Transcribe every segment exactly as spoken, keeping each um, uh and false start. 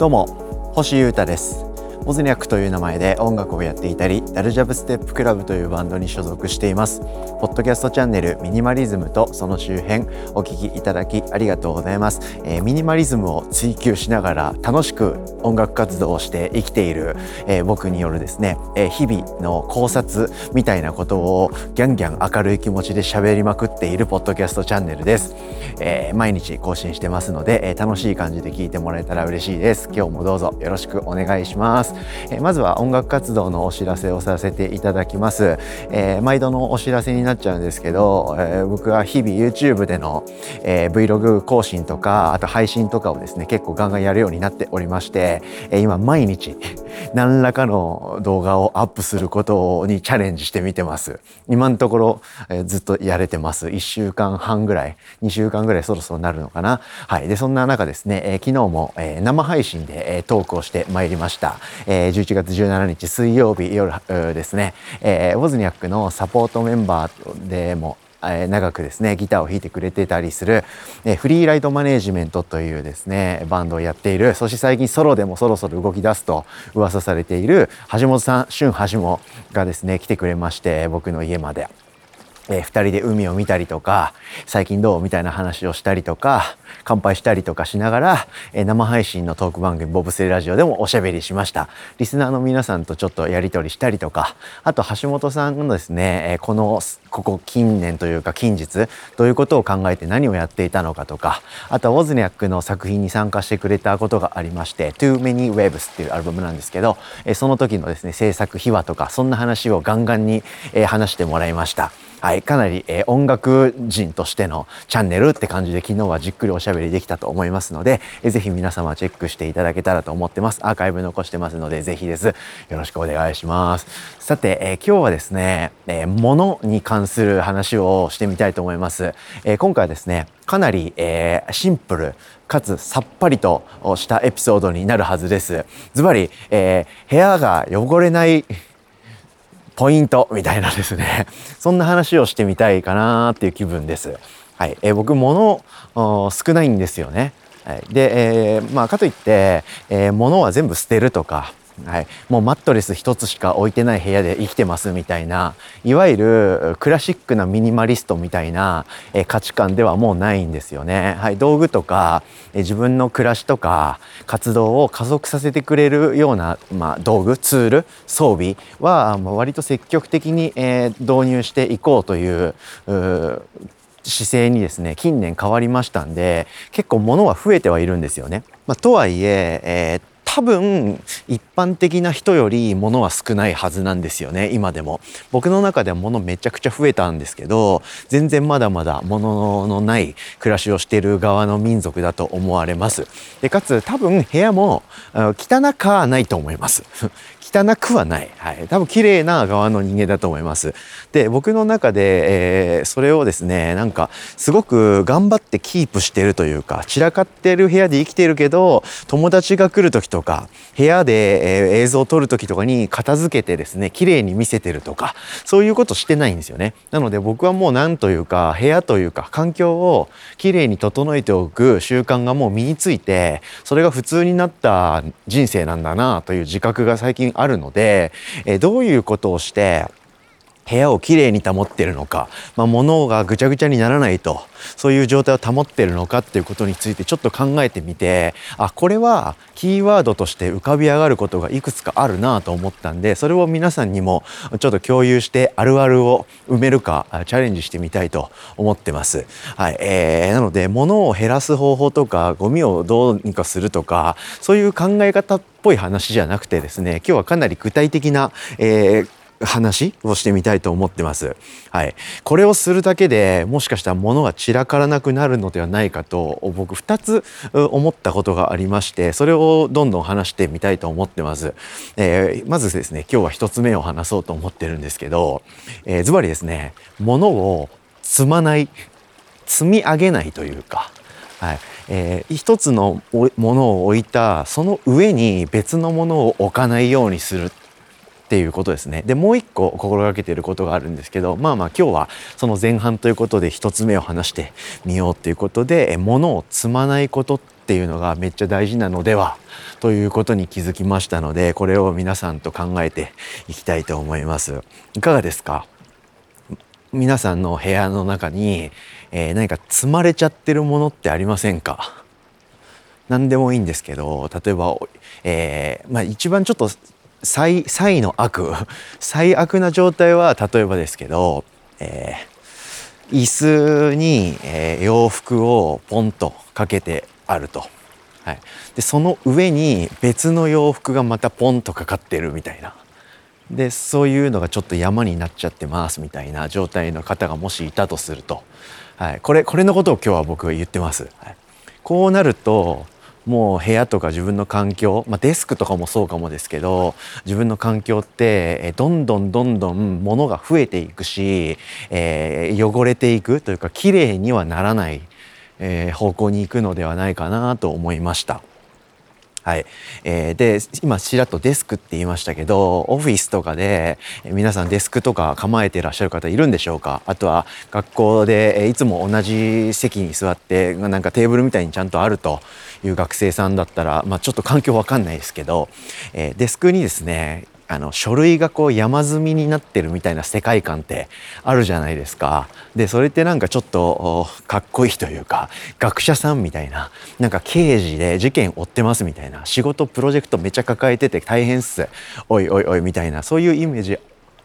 どうも、星優太です。モズニャックという名前で音楽をやっていたり、ダルジャブステップクラブというバンドに所属しています。ポッドキャストチャンネルミニマリズムとその周辺お聞きいただきありがとうございます。えー、ミニマリズムを追求しながら楽しく音楽活動をして生きている、えー、僕によるですね、えー、日々の考察みたいなことをギャンギャン明るい気持ちで喋りまくっているポッドキャストチャンネルです。えー、毎日更新してますので、えー、楽しい感じで聞いてもらえたら嬉しいです。今日もどうぞよろしくお願いします。えー、まずは音楽活動のお知らせをさせていただきます。えー、毎度のお知らせになっちゃうんですけど、えー、僕は日々 YouTube での、えー、Vlog 更新とかあと配信とかをですね結構ガンガンやるようになっておりまして、えー、今毎日何らかの動画をアップすることにチャレンジしてみてます。今のところ、えー、ずっとやれてます。いっしゅうかんはんぐらいにしゅうかんぐらいそろそろなるのかな。はい。でそんな中ですね、えー、昨日も、えー、生配信で、えー、トークをしてまいりました。えー、じゅういちがつじゅうしちにち水曜日夜ですね、えー、ウォズニャックのサポートメンバーでもえー、長くですねギターを弾いてくれてたりする、えー、フリーライトマネージメントというですねバンドをやっている、そして最近ソロでもそろそろ動き出すと噂されている橋本さん、俊橋本がですね来てくれまして、僕の家まで。えー、ふたりで海を見たりとか、最近どうみたいな話をしたりとか、乾杯したりとかしながら、えー、生配信のトーク番組ボブスレーラジオでもおしゃべりしました。リスナーの皆さんとちょっとやり取りしたりとか、あと橋本さんのですね、えー、このここ近年というか近日どういうことを考えて何をやっていたのかとか、あとはウォズニャックの作品に参加してくれたことがありまして、Too Many Waves っていうアルバムなんですけど、えー、その時のですね制作秘話とかそんな話をガンガンに、えー、話してもらいました。はい、かなり、えー、音楽人としてのチャンネルって感じで昨日はじっくりおしゃべりできたと思いますので、えー、ぜひ皆様チェックしていただけたらと思ってます。アーカイブ残してますのでぜひです。よろしくお願いします。さて、えー、今日はですね、えー、物に関する話をしてみたいと思います。えー、今回はですね、かなり、えー、シンプルかつさっぱりとしたエピソードになるはずです。ズバリ、えー、部屋が汚れないポイントみたいなですねそんな話をしてみたいかなっていう気分です。はい、えー、僕物少ないんですよね。はい、で、えー、まあかといって、えー、物は全部捨てるとか、はい、もうマットレス一つしか置いてない部屋で生きてますみたいな、いわゆるクラシックなミニマリストみたいな、えー、価値観ではもうないんですよね。はい、道具とか、えー、自分の暮らしとか活動を加速させてくれるような、まあ、道具ツール装備は、まあ、割と積極的に、えー、導入していこうという、う姿勢にですね近年変わりましたんで、結構物は増えてはいるんですよね。まあ、とはいええー多分一般的な人より物は少ないはずなんですよね。今でも僕の中では物めちゃくちゃ増えたんですけど、全然まだまだ物のない暮らしをしている側の民族だと思われます。でかつ多分部屋も汚くはないと思います汚くはない、はい、多分綺麗な側の人間だと思います。で僕の中で、えー、それをですねなんかすごく頑張ってキープしてるというか、散らかってる部屋で生きてるけど、友達が来る時とか部屋で、えー、映像を撮る時とかに片付けてですね綺麗に見せてるとか、そういうことしてないんですよね。なので僕はもうなんというか部屋というか環境を綺麗に整えておく習慣がもう身について、それが普通になった人生なんだなという自覚が最近あるので、えー、どういうことをして部屋をきれいに保っているのか、まあ、物がぐちゃぐちゃにならないとそういう状態を保っているのかっていうことについてちょっと考えてみて、あ、これはキーワードとして浮かび上がることがいくつかあるなと思ったんで、それを皆さんにもちょっと共有してあるあるを埋めるかチャレンジしてみたいと思ってます。はい、えー、なので物を減らす方法とかゴミをどうにかするとかそういう考え方っぽい話じゃなくてですね、今日はかなり具体的な、えー話をしてみたいと思ってます。はい、これをするだけでもしかしたら物が散らからなくなるのではないかと僕ふたつ思ったことがありまして、それをどんどん話してみたいと思ってます。えー、まずですね今日はひとつめを話そうと思ってるんですけど、えー、ズバリですね物を積まない、積み上げないというか、はい、えー、一つのものを置いたその上に別のものを置かないようにするっていうことですね。でもう一個心がけていることがあるんですけど、まあまあ今日はその前半ということで一つ目を話してみようということで、物を積まないことっっていうのがめっちゃ大事なのではということに気づきましたので、これを皆さんと考えていきたいと思います。いかがですか？皆さんの部屋の中に、えー、何か積まれちゃってるものってありませんか？何でもいいんですけど、例えば、えーまあ、一番ちょっと最最の悪最悪な状態は、例えばですけど、えー、椅子に、えー、洋服をポンとかけてあると、はい、でその上に別の洋服がまたポンとかかってるみたいな、でそういうのがちょっと山になっちゃってますみたいな状態の方がもしいたとすると、はい、これこれのことを今日は僕は言ってます。はい、こうなるともう部屋とか自分の環境、まあ、デスクとかもそうかもですけど、自分の環境ってどんどんどんどん物が増えていくし、えー、汚れていくというか綺麗にはならない、えー、方向に行くのではないかなと思いました。はい、えー、で今ちらっとデスクって言いましたけど、オフィスとかで皆さんデスクとか構えていらっしゃる方いるんでしょうか？あとは学校でいつも同じ席に座ってなんかテーブルみたいにちゃんとあるという学生さんだったら、まあ、ちょっと環境わかんないですけど、えー、デスクにですねあの書類がこう山積みになってるみたいな世界観ってあるじゃないですか。でそれってなんかちょっとかっこいいというか、学者さんみたいな、なんか刑事で事件追ってますみたいな、仕事プロジェクトめっちゃ抱えてて大変っす、おいおいおいみたいな、そういうイメージ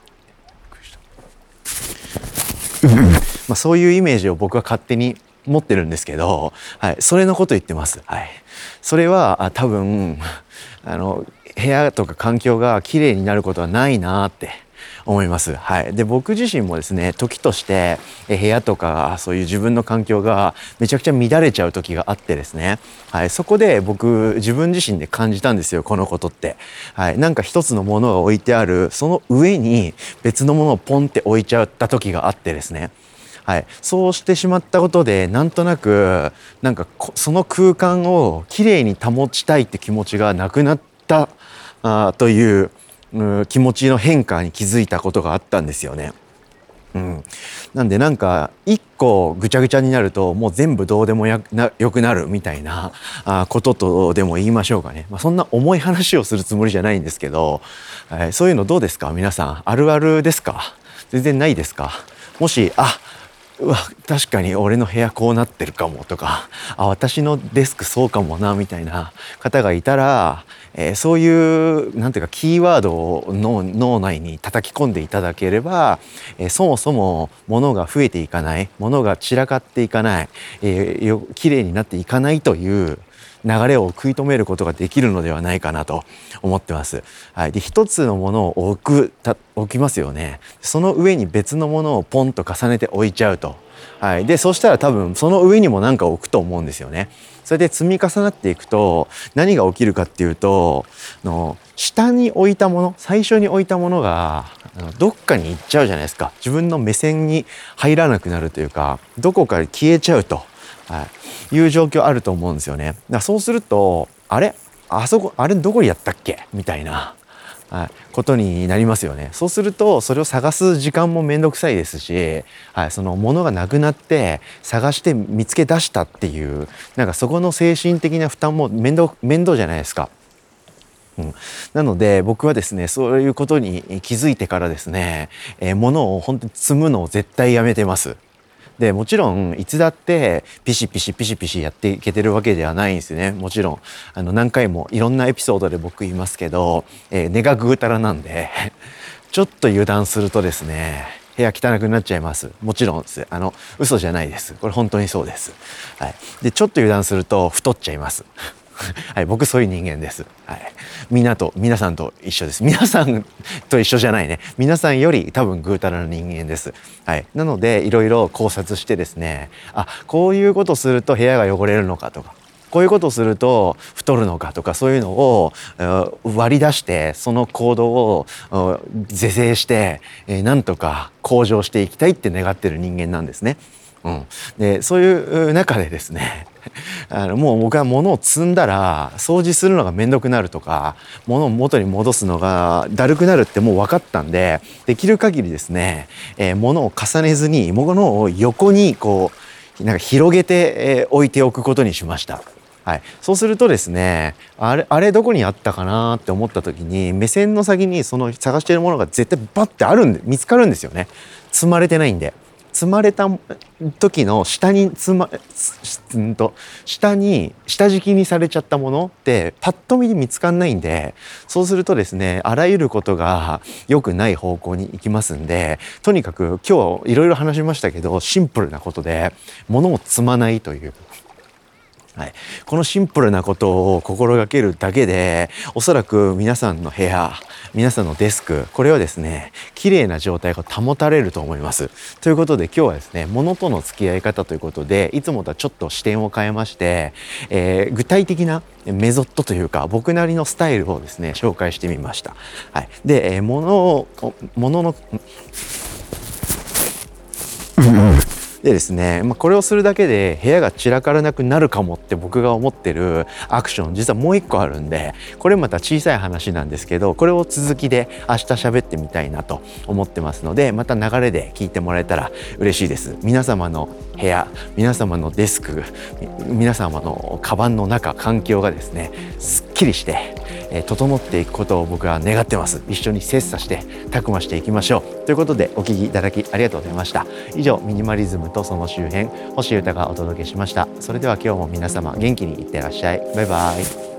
まあそういうイメージを僕は勝手に持ってるんですけど、はい、それのこと言ってます。はい、それはあ多分あの部屋とか環境がきれいになることはないなって思います。はい、で僕自身もですね、時として部屋とかそういう自分の環境がめちゃくちゃ乱れちゃう時があってですね、はい、そこで僕自分自身で感じたんですよ、このことって。はい、なんか一つのものが置いてあるその上に別のものをポンって置いちゃった時があってですね、はい、そうしてしまったことでなんとなくなんかその空間をきれいに保ちたいって気持ちがなくなったあという、う気持ちの変化に気づいたことがあったんですよね。うん、なんでなんか一個ぐちゃぐちゃになるともう全部どうでもやなよくなるみたいなあこととでも言いましょうかね。まあ、そんな重い話をするつもりじゃないんですけど、はい、そういうのどうですか皆さん？あるあるですか？全然ないですか？もしあうわ確かに俺の部屋こうなってるかもとか、あ私のデスクそうかもなみたいな方がいたら、えー、そういうなんていうかキーワードを脳脳内に叩き込んでいただければ、えー、そもそも物が増えていかない、物が散らかっていかない、えー、よきれいになっていかないという流れを食い止めることができるのではないかなと思ってます。はい、で一つのものを置くた置きますよね。その上に別のものをポンと重ねて置いちゃうと、はい、でそしたら多分その上にも何か置くと思うんですよね。それで積み重なっていくと何が起きるかっていうと、の下に置いたもの、最初に置いたものがどっかに行っちゃうじゃないですか。自分の目線に入らなくなるというか、どこかで消えちゃうと。はい、いう状況あると思うんですよね。だからそうするとあれあそこあれどこにやったっけみたいな、はい、ことになりますよね。そうするとそれを探す時間もめんどくさいですし、はい、そのものがなくなって探して見つけ出したっていうなんかそこの精神的な負担も面倒面倒じゃないですか。うん、なので僕はですね、そういうことに気づいてからですね、えー、物を本当に積むのを絶対やめてます。でもちろんいつだってピシピシピシピシやっていけてるわけではないんですよね。もちろんあの何回もいろんなエピソードで僕言いますけど、えー、根がぐうたらなんでちょっと油断するとですね部屋汚くなっちゃいます。もちろんです。あの嘘じゃないです。これ本当にそうです。はい、でちょっと油断すると太っちゃいますはい、僕そういう人間です。はい、みんなと皆さんと一緒です。皆さんと一緒じゃないね。皆さんより多分ぐうたらな人間です。はい、なのでいろいろ考察してですね、あこういうことすると部屋が汚れるのかとか、こういうことをすると太るのかとか、そういうのを割り出してその行動を是正して、えー、なんとか向上していきたいって願ってる人間なんですね。うん、でそういう中でですねあのもう僕は物を積んだら掃除するのがめんどくなるとか、物を元に戻すのがだるくなるってもう分かったんで、できる限りですね、えー、物を重ねずに物を横にこうなんか広げて、えー、置いておくことにしました。 はい、そうするとですね、あれあれどこにあったかなって思った時に、目線の先にその探しているものが絶対バッてあるんで見つかるんですよね。積まれてないんで。積まれた時の下につまうんと下に下敷きにされちゃったものってパッと見で見つかんないんで、そうするとですね、あらゆることが良くない方向に行きますんで、とにかく今日いろいろ話しましたけど、シンプルなことで物を積まないという。はい、このシンプルなことを心がけるだけで、おそらく皆さんの部屋、皆さんのデスク、これはですね、綺麗な状態が保たれると思います。ということで今日はですね、物との付き合い方ということで、いつもとはちょっと視点を変えまして、えー、具体的なメソッドというか、僕なりのスタイルをですね、紹介してみました。はい、で、えー、物を、物の、でですね、まあ、これをするだけで部屋が散らからなくなるかもって僕が思ってるアクション、実はもう一個あるんで、これまた小さい話なんですけど、これを続きで明日喋ってみたいなと思ってますので、また流れで聞いてもらえたら嬉しいです。皆様の部屋、皆様のデスク、皆様のカバンの中、環境がですね、すっきりしてえー、整っていくことを僕は願ってます。一緒に切磋してたくましていきましょうということで、お聞きいただきありがとうございました。以上、ミニマリズムとその周辺、星優太がお届けしました。それでは今日も皆様元気にいってらっしゃい。バイバイ。